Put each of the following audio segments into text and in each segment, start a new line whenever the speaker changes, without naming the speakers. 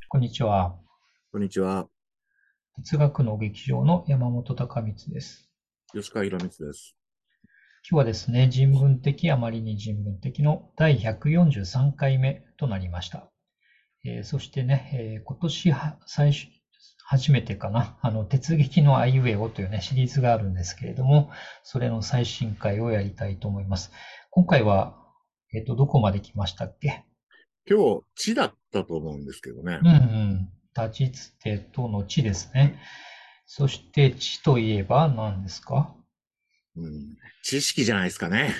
こんにちは。
こんにちは。
哲学の劇場の山本隆光です。
吉川博光です。
今日はですね、人文的あまりに人文的の第143回目となりました。そしてね、今年初めてかな、鉄劇のあいうえおというね、シリーズがあるんですけれども、それの最新回をやりたいと思います。今回は、どこまで来ましたっけ？
今日、地だったと思うんですけどね。
うんうん。立ちつてとの地ですね。そして地といえば何ですか？
うん、知識じゃないですかね。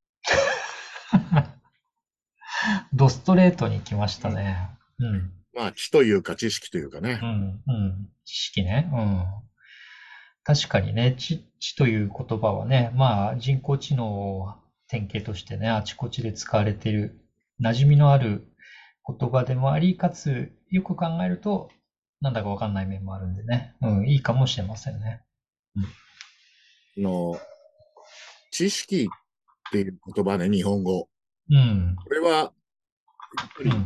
ドストレートに来まし
うん、
たね。うん。
まあ、知というか知識というかね。
うん。うん。知識ね。うん。確かにね、知という言葉はね、まあ人工知能を典型としてね、あちこちで使われている馴染みのある言葉でもあり、かつよく考えるとなんだかわかんない面もあるんでね、うん、いいかもしれませんね。
の、知識っていう言葉ね、日本語。
うん。
これは、やっぱり、
うん。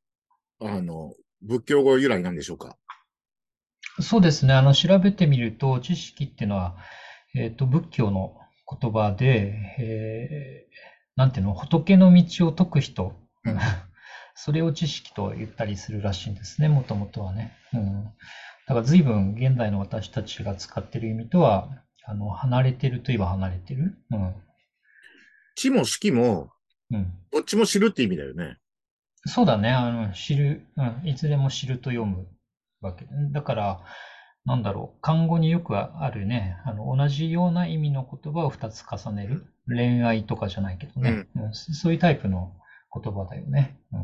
仏教語由来なんでしょうか。
そうですね。調べてみると、知識っていうのは、仏教の言葉で、なんていうの、仏の道を説く人、うん、
うん。
それを知識と言ったりするらしいんですね、もともとはね。うん、だから随分現代の私たちが使っている意味とは、離れてるといえば離れてる。うん。
知も識も、
うん。
どっちも知るって意味だよね。
そうだね。知る、うん。いつでも知ると読むわけ。だから、なんだろう。漢語によくあるね。同じような意味の言葉を二つ重ねる。恋愛とかじゃないけどね。
うん。
うん、そういうタイプの言葉だよね。うん。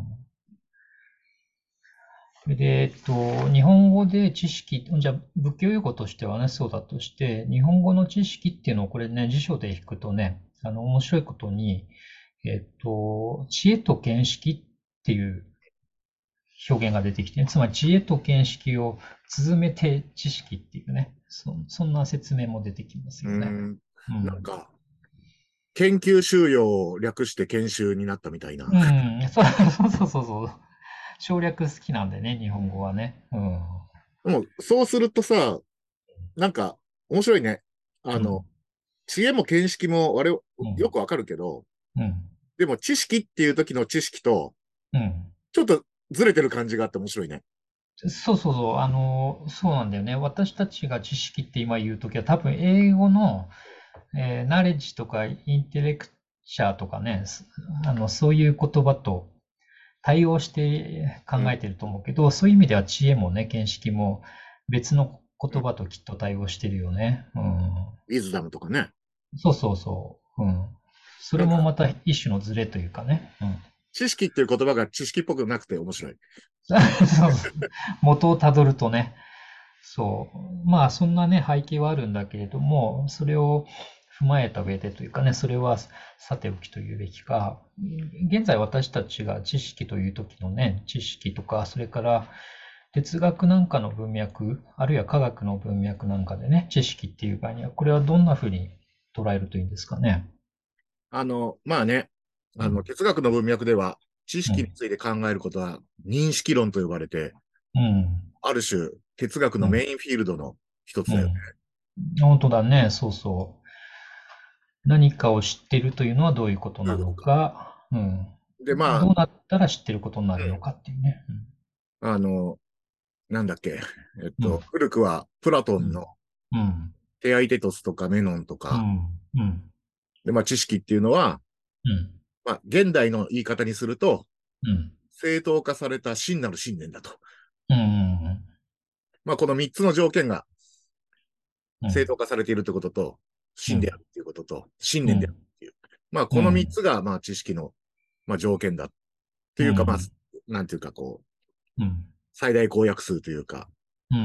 それで、日本語で知識、じゃあ仏教用語としてはね、そうだとして、日本語の知識っていうのをこれね、辞書で引くとね、面白いことに、知恵と見識っていう表現が出てきて、つまり知恵と見識を綴めて知識っていうね、そんな説明も出てきます
う
よね。
ん。
うん。
なんか、研究収容を略して研修になったみたいな。
うん、そう。省略好きなんでね、日本語はね。うん。
でも、そうするとさ、なんか、面白いね。あ
うん。
の、知恵も見識も
うん。
よくわかるけど、
うん。
でも知識っていう時の知識と、
うん。
ちょっとずれてる感じがあって面白いね。
そう。そうなんだよね。私たちが知識って今言うときは多分英語の、ナレッジとかインテレクチャーとかね、そういう言葉と対応して考
うん。
えてると思うけど、そういう意味では知恵もね、見識も別の
うん。
言葉ときっと対応してるよね。うん。
ウィズダムとかね。
そう。うん。それ
なんか、
もまた一種のズレというかね。うん。
知識っていう言葉が知識っぽくなくて面白い。
そう元をたどるとね。そう。まあ、そんなね、背景はあるんだけれども、それを踏まえた上でというかね、それはさておきというべきか、現在私たちが知識という時のね、知識とか、それから哲学なんかの文脈、あるいは科学の文脈なんかでね、知識っていう場合には、これはどんなふうに捉えるといいんですかね。
まあね、
うん。
哲学の文脈では、知
うん。
識について考えることは認識論と呼ばれて、
うん。
ある種、哲学
うん。
のメインフィールドの一つだよね。
うん。本当だね。そうそう。何かを知っているというのはどういうことなの
どういうことか。
か、うん。
で、まあ、
どうなったら知ってることになるの
うん、
かっていうね。
あの、なんだっけ、
うん。
古くはプラト
うん。
ンの
うん。
テアイテトスとかメノンとか、
うん。うん。
で、まあ知識っていうのは、
うん。
まあ現代の言い方にすると、
うん。
正当化された真なる信念だと。
うん。
まあこの三つの条件が
うん。
正当化されているということと、
うん。
真であるということと、信念である
うん。
っていう。まあこの三
うん。
つが、まあ知識の、まあ、条件だというか、まあ、
うん。
なんていうかこう、
うん。
最大公約数というか、
うん。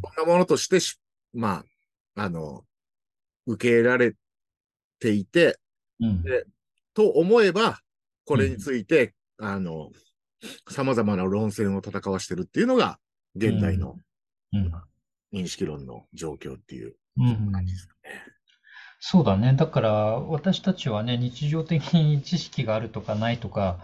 こんなものとしてまあ、受け入れられていて、
うん。
で、と思えば、これに
うん。
ついて、様々な論戦を戦わしてるっていうのが、
うん。
現代の、
うん。
まあ、認識論の状況っていう
う
感じで
ん。
すかね。
そうだね。だから、私たちはね、日常的に知識があるとかないとか、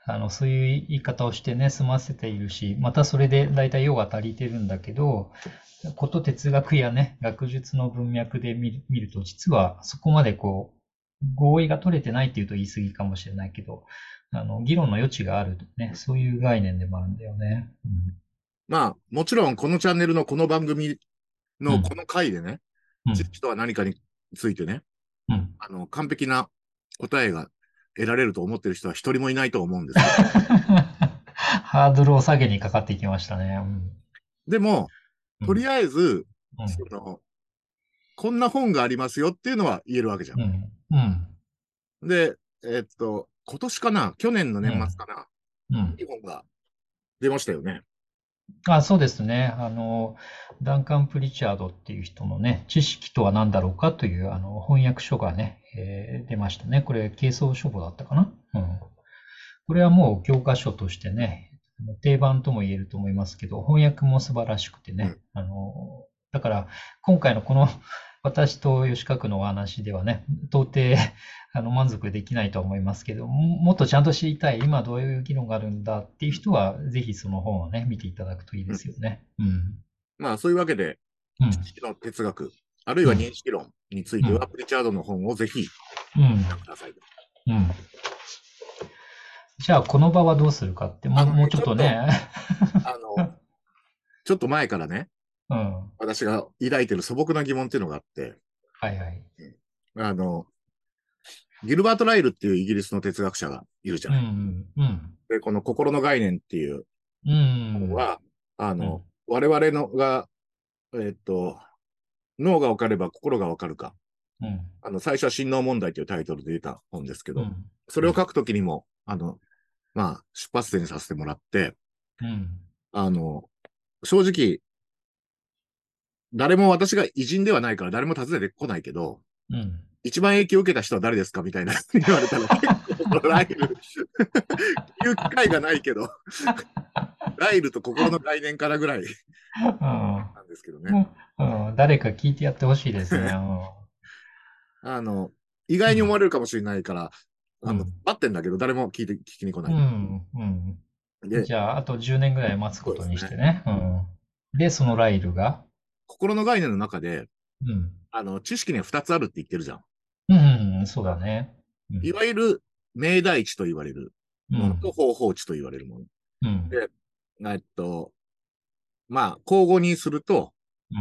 そういう言い方をしてね、済ませているし、またそれで大体用が足りてるんだけど、こと哲学やね、学術の文脈で見ると、実はそこまでこう、合意が取れてないっていうと言い過ぎかもしれないけど、議論の余地があるね、そういう概念でもあるんだよね。
まあ、もちろんこのチャンネルのこの番組
うん。
のこの回でね、
うん。
知識とは何かについてね、
うん。
完璧な答えが得られると思ってる人は一人もいないと思うんですけど、
ハードルを下げにかかってきましたね。
でも、
うん。うん。
とりあえず、
うん。
こんな本がありますよっていうのは言えるわけじゃ
うん。うん。
ん。で、今年かな去年の年末
うん。
かな
うん。
いい本が出ましたよね。
あ、そうですね。ダンカン・プリチャードっていう人のね、知識とは何だろうかという翻訳書がね、出ましたね。これ、軽装書房だったかな。うん。これはもう教科書としてね、定番とも言えると思いますけど、翻訳も素晴らしくてね。
うん。
だから今回のこの私と吉川君のお話ではね、到底満足できないとは思いますけど、もっとちゃんと知りたい、今どういう議論があるんだっていう人は、ぜひその本をね、見ていただくといいで
うん。
すよね。うん。
まあ、そういうわけで、
うん。
知識の哲学、あるいは
うん。
認識論につい
うん。
ては、プリチャードの本をぜひ
うん。
ご覧ください。
うん。じゃあ、この場はどうするかって、もうちょっ
ちょっと、
とね。
あの、ちょっと前からね、
うん。
私が抱いてる素朴な疑問っていうのがあって、
はいはい。
あの、ギルバート・ライルっていうイギリスの哲学者がいるじゃ
うん。
ない。
うん。
で、この心の概念っていう
うん。
本は、
うん。
我々のが、えっと、脳が分かれば心が分かるか。
うん。
最初は心脳問題というタイトルで出た本ですけど、
うん。
それを書くときにも、まあ、出発点にさせてもらって、
うん。
あの、正直、誰も私が偉人ではないから誰も訪ねてこないけど、
うん。
一番影響を受けた人は誰ですかみたいな言われたら結構ライル言う機会がないけど、ライルと心の概念からぐらいなんですけどね。
うん。うん。誰か聞いてやってほしいですね。
あの、意外に思われるかもしれないから、
うん。
待ってんだけど、誰も聞きに来な
うん。
い。
うん。うん。
で、
じゃあ、あと10年ぐらい待つこと
そうですね。
にしてね。うん。で、そのライルが。
心の概念の中で、
うん。
知識には2つあるって言ってるじゃん。
うん。そうだね。うん。
いわゆる命題値と言われるものと
うん。
方法値と言われるもの。
うん。
で、まあ、交互にすると、
うん。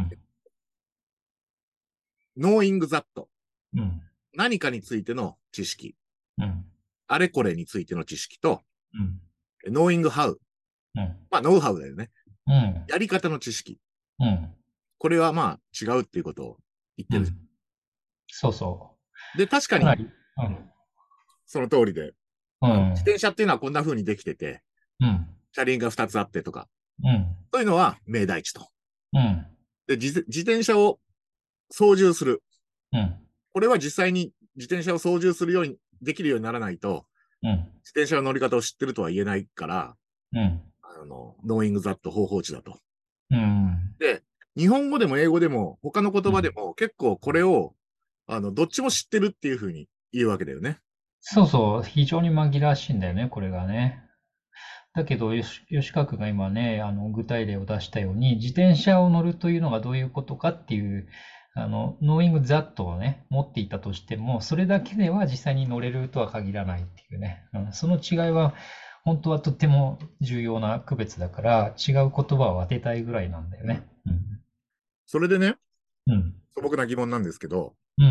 knowing that
うん。
何かについての知識、
うん。
あれこれについての知識と、
うん。
knowing how、
うん。
まあ、ノウハウだよね。
うん。
やり方の知識。
うん。
これはまあ違うっていうことを言ってる。
うん。そうそ
で、確
う。
かに
かなり。うん。
その通りで、自
うん。
転車っていうのはこんな風にできてて、
うん。
車輪が2つあってとか、
うん。
そういうのは命題値と。
うん。
で、自転車を操縦する。
うん。
これは実際に自転車を操縦するように、できるようにならないと、
うん。
自転車の乗り方を知ってるとは言えないから、
うん。
knowing that 方法値だと。
うん。
で、日本語でも英語でも他の言葉で
うん。
も結構これを、どっちも知ってるっていうふうに言うわけだよね。
そうそう。非常に紛らわしいんだよね、これがね。だけど、吉川君が今ね、具体例を出したように、自転車を乗るというのがどういうことかっていう、knowing that をね、持っていたとしても、それだけでは実際に乗れるとは限らないっていうね。その違いは、本当はとっても重要な区別だから、違う言葉を当てたいぐらいなんだよ
うん。
ね。うん。
それでね、
うん。
素朴な疑問なんですけど、
うん。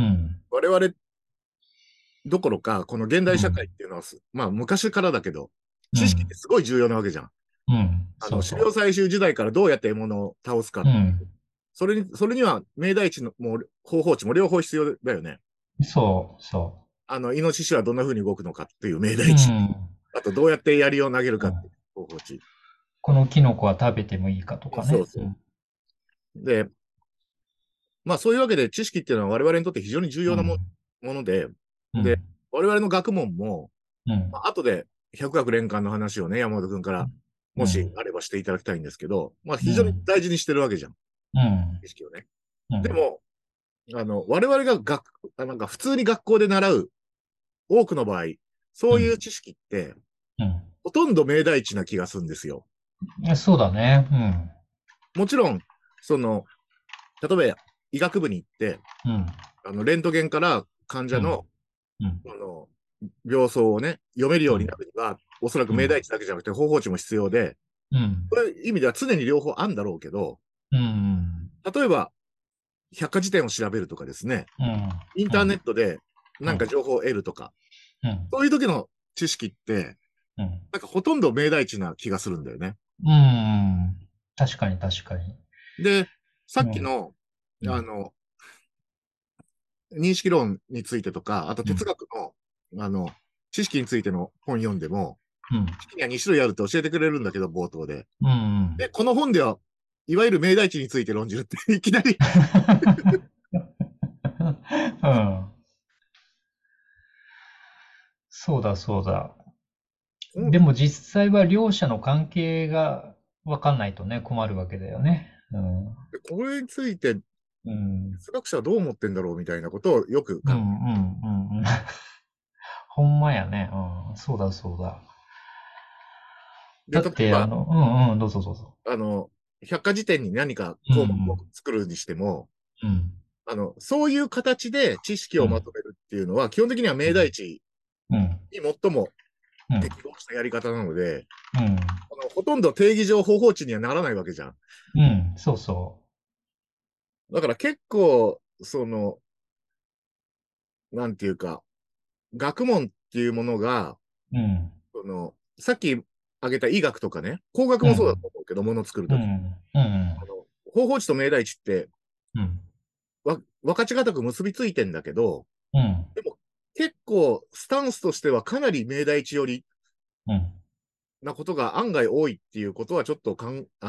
我々どころか、この現代社会
うん。
っていうのはまあ昔からだけど、知識って
うん。
すごい重要なわけじゃん。
うん。そう
狩猟
そ
採集時代からどうやって獲物を倒すか。
う。うん。
それには命題値のも方法値も両方必要だよね。
そうそ
イノシシはどんな風に動くのかっていう命
う。う
題値。
ん。
あと、どうやって槍を投げる
うん。
かっていう方法値。
このキノコは食べてもいいかとかね。
そうそ
うん。
う。で、まあそういうわけで知識っていうのは我々にとって非常に重要な
うん。
もので、で、
うん。
我々の学問も、
うん。
まあ後で百学連関の話をね、山本君からもし
うん。
あればしていただきたいんですけど、まあ非常に
うん。
大事にしてるわけじゃん。
うん。
知識をね。
うん。
でも、我々がなんか普通に学校で習う多くの場合、そういう知識って、
うん。
ほとんど命題地な気がするんですよ。
そうだね。
もちろん、その、例えば医学部に行って、レントゲンから患者の、病巣をね、読めるようになるには、おそらく命題地だけじゃなくて方法値も必要で、そういう意味では常に両方あるんだろうけど、例えば、百科事典を調べるとかですね、インターネットでなんか情報を得るとか、そういう時の知識って、なんかほとんど命題地な気がするんだよね。
確かに確かに。
で、さっきの、認識論についてとか、あと哲学の、知識についての本読んでも、知識には2種類あるって教えてくれるんだけど、冒頭で。で、この本では、いわゆる命題地について論じるって、いきなり
そうだそうだ。でも実際は両者の関係が分かんないとね、困るわけだよね。
これについて、哲学者はどう思ってんだろうみたいなことをよく考える。
ほんまやね。そうだそうだ。だって、どうぞどうぞ。
百科事典に何か項目を作るにしても、そういう形で知識をまとめるっていうのは、基本的には命題地に最も適合したやり方なので、ほとんど定義上方法値にはならないわけじゃん。
そうそう。
だから結構、なんていうか、学問っていうものが、さっき挙げた医学とかね、工学もそうだと思うけど、もの作るとき。方法値と命題値って、分かちがたく結びついてんだけど、でも結構スタンスとしてはかなり命題値寄りなことが案外多いっていうことはちょっと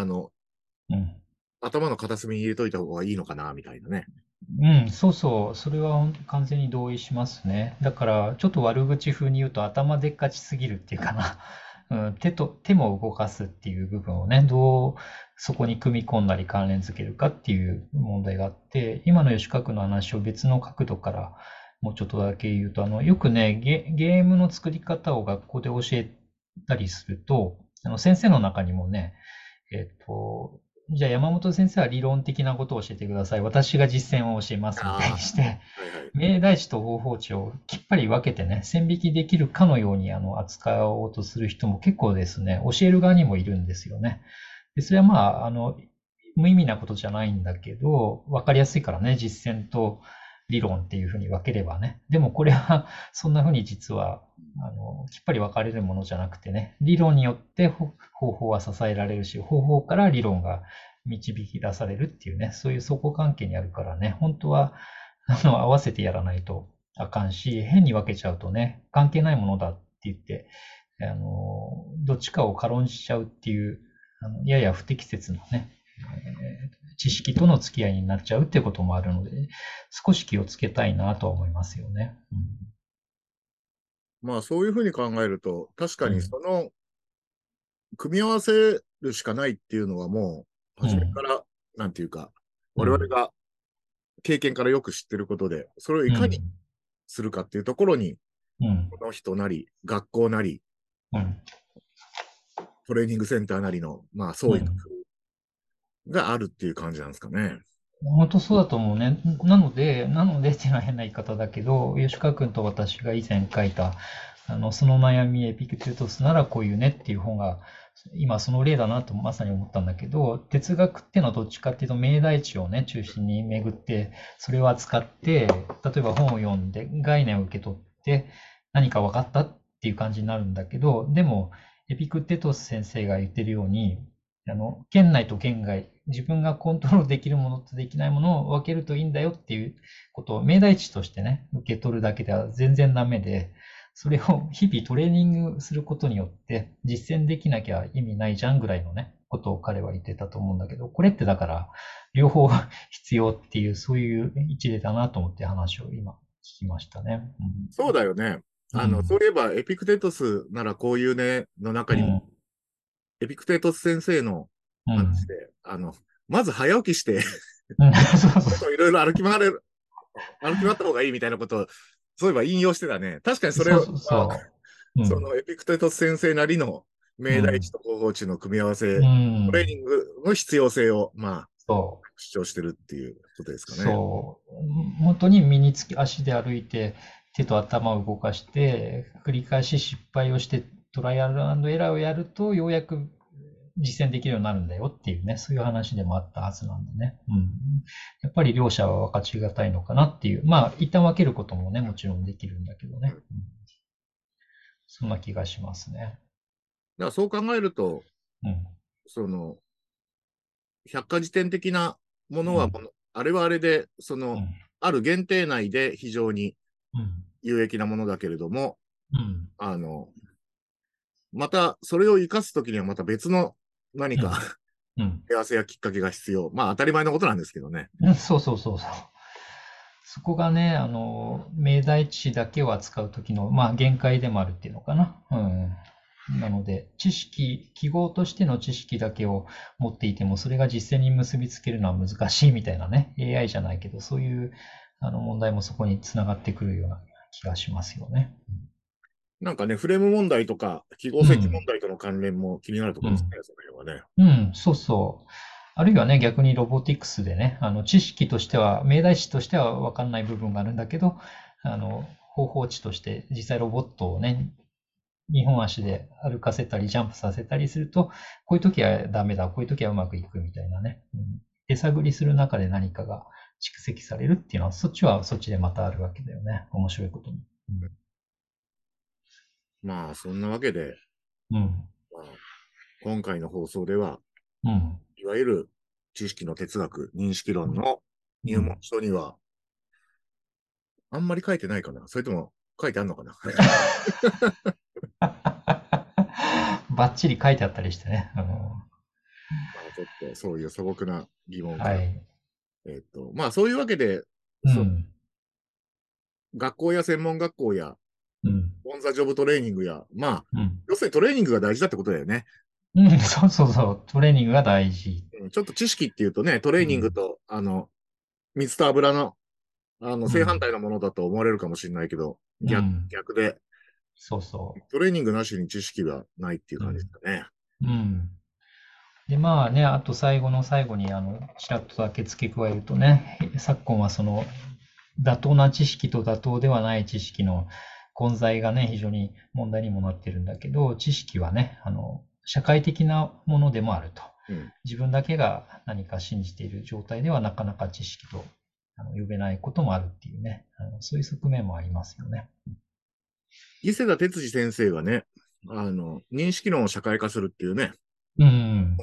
頭の片隅に入れといた方がいいのかな、みたいなね。
そうそう。それは完全に同意しますね。だから、ちょっと悪口風に言うと頭でっかちすぎるっていうかな。手も動かすっていう部分をね、どうそこに組み込んだり関連づけるかっていう問題があって、今の吉川君の話を別の角度からもうちょっとだけ言うと、よくね、ゲームの作り方を学校で教えたりすると、先生の中にもね、じゃあ山本先生は理論的なことを教えてください。私が実践を教えますみたいにして、命題値と方法値をきっぱり分けてね、線引きできるかのように扱おうとする人も結構ですね、教える側にもいるんですよね。でそれはまあ、無意味なことじゃないんだけど、分かりやすいからね、実践と理論っていうふうに分ければね。でもこれはそんなふうに実はきっぱり分かれるものじゃなくてね、理論によって方法は支えられるし、方法から理論が導き出されるっていうね、そういう相互関係にあるからね、本当は合わせてやらないとあかんし、変に分けちゃうとね、関係ないものだって言って、どっちかを軽んじちゃうっていう、やや不適切なね、知識との付き合いになっちゃうっていうこともあるので、少し気をつけたいなとは思いますよね。
まあそういうふうに考えると、確かにその、組み合わせるしかないっていうのはもう、初めから、なんていうか、我々が経験からよく知ってることで、それをいかにするかっていうところに、この人なり、学校なり、トレーニングセンターなりの、まあそういう工夫があるっていう感じなんですかね。
本当そうだと思うね。なのでっていうのは変な言い方だけど、吉川君と私が以前書いた、その悩みエピクテトスならこういうねっていう本が、今その例だなとまさに思ったんだけど、哲学っていうのはどっちかっていうと命題値をね、中心に巡って、それを扱って、例えば本を読んで概念を受け取って何か分かったっていう感じになるんだけど、でも、エピクテトス先生が言ってるように、圏内と圏外、自分がコントロールできるものとできないものを分けるといいんだよっていうことを命題値としてね、受け取るだけでは全然ダメで、それを日々トレーニングすることによって実践できなきゃ意味ないじゃんぐらいのね、ことを彼は言ってたと思うんだけど、これってだから両方必要っていう、そういう一例だなと思って話を今聞きましたね。
そうだよね。そういえばエピクテトスならこういうね、の中にも、エピクテトス先生の話で、まず早起きしていろいろ歩き回った方がいいみたいなことを、そういえば引用してたね。確かにそれは、
うん。
そのエピクテトス先生なりの命題値
うん。
と方法値の組み合わ
う
せ、トレーニ
ん。
ングの必要性を、まあ、
そう。
主張してるっていうことですかね。
そう。本当に身につき、足で歩いて、手と頭を動かして、繰り返し失敗をして、トライアルエラーをやると、ようやく実践できるようになるんだよっていうね、そういう話でもあったはずなんでね。うん。やっぱり両者は分かちがたいのかなっていう。まあ、一旦分けることもね、もちろんできるんだけどね。
うん、
うん、そんな気がしますね。
だからそう考えると、
うん。
その、百科事典的なものは
うん。
あれはあれで、
うん。
ある限定内で非常に
うん。
有益なものだけれども、
うん。
あの、また、それを活かすときにはまた別の何か
うん。うん。
手合わせやきっかけが必要。まあ当たり前のことなんですけどね。
うん、そうそうそうそう。そこがね、命題値だけを扱うときの、まあ、限界でもあるっていうのかな。うん。なので、記号としての知識だけを持っていても、それが実践に結びつけるのは難しいみたいなね、AI じゃないけど、そういう、問題もそこにつながってくるような気がしますよね。
なんかね、フレーム問題とか記号
うん。
積問題との関連も気になるところですね、
うん。
その辺はね。
うん、そうそう。あるいはね、逆にロボティクスでね、知識としては、命題詞としては分かんない部分があるんだけど、方法値として実際ロボットをね、2本足で歩かせたりジャンプさせたりすると、こういう時はダメだ、こういう時はうまくいくみたいなね。うん、手探りする中で何かが蓄積されるっていうのは、そっちはそっちでまたあるわけだよね。面白いことに。
まあ、そんなわけで、
うん。
まあ、今回の放送では、
うん。
いわゆる知識の哲学、認識論の入門
うん。
書には、あんまり書いてないかな、それとも書いてあるのかな。
バッチリ書いてあったりしてね。
まあ、ちょっとそういう素朴な疑問から。
はい。
まあ、そういうわけで、
うん。
学校や専門学校や、
うん。
オンザジョブトレーニングや、まあ、
うん。
要するにトレーニングが大事だってことだよね。
うん、そうそうそう。トレーニングが大事。
ちょっと知識っていうとね、トレーニング
うん。
と、水と油の、正反
うん。
対のものだと思われるかもしれないけど、
うん。
逆で、
そうそ
トレーニングなしに知識がないっていう
う。う
感じで
ん。
すかね。
うん。で、まあね、あと最後の最後に、ちらっとだけ付け加えるとね、昨今はその、妥当な知識と妥当ではない知識の混在がね、非常に問題にもなってるんだけど、知識はね、社会的なものでもあると。
うん。
自分だけが何か信じている状態ではなかなか知識と呼べないこともあるっていうね、そういう側面もありますよね。
伊勢田哲司先生がね、認識論を社会化するっていうね、
うん、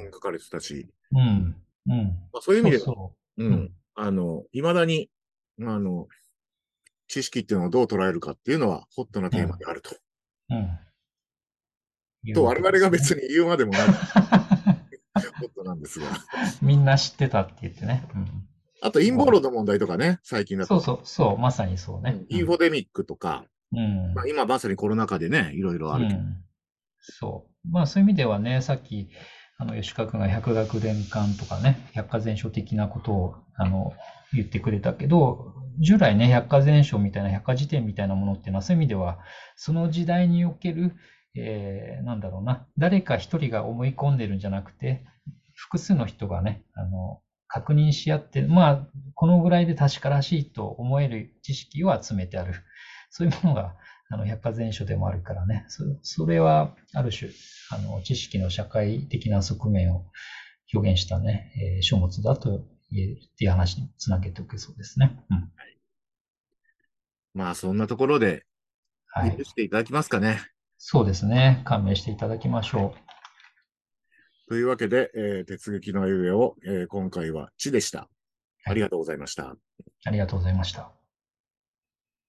本書かれてたし、
うん、うん。
まあ、そういう意味では、
そうそ
う
う。う
ん、
ん、
未だに、あの、知識っていうのをどう捉えるかっていうのは、ホットなテーマ
うん、
であると。
うん。いう
と、
わ
我々が
けですね。
別に言うまでもないホットなんですが。
みんな知ってたって言ってね。うん。
あと、陰
もう、
謀論の問題とかね、最近だと。
そうそう、そう、まさにそうね。
インフォデミックとか、
うん。
まあ、今まさにコロナ禍でね、いろいろあるけど。
うん。そう。まあそういう意味ではね、さっき、吉川君が百学伝貫とかね、百科全書的なことを、言ってくれたけど、従来ね、百科全書みたいな百科事典みたいなものっていうのは、そういう意味では、その時代における、なんだろうな、誰か一人が思い込んでるんじゃなくて、複数の人がね、確認し合って、まあ、このぐらいで確からしいと思える知識を集めてある。そういうものが、百科全書でもあるからね。それは、ある種、知識の社会的な側面を表現したね、書物だと言えるっていう話につなげておけそうですね。うん。
まあ、そんなところで許
はい。
していただきますかね。
そうですね。勘弁していただきましょ
というわけで、鉄撃のあゆえを、今回は地でした。
う。はい。
ありがとうございました。
ありがとうございました。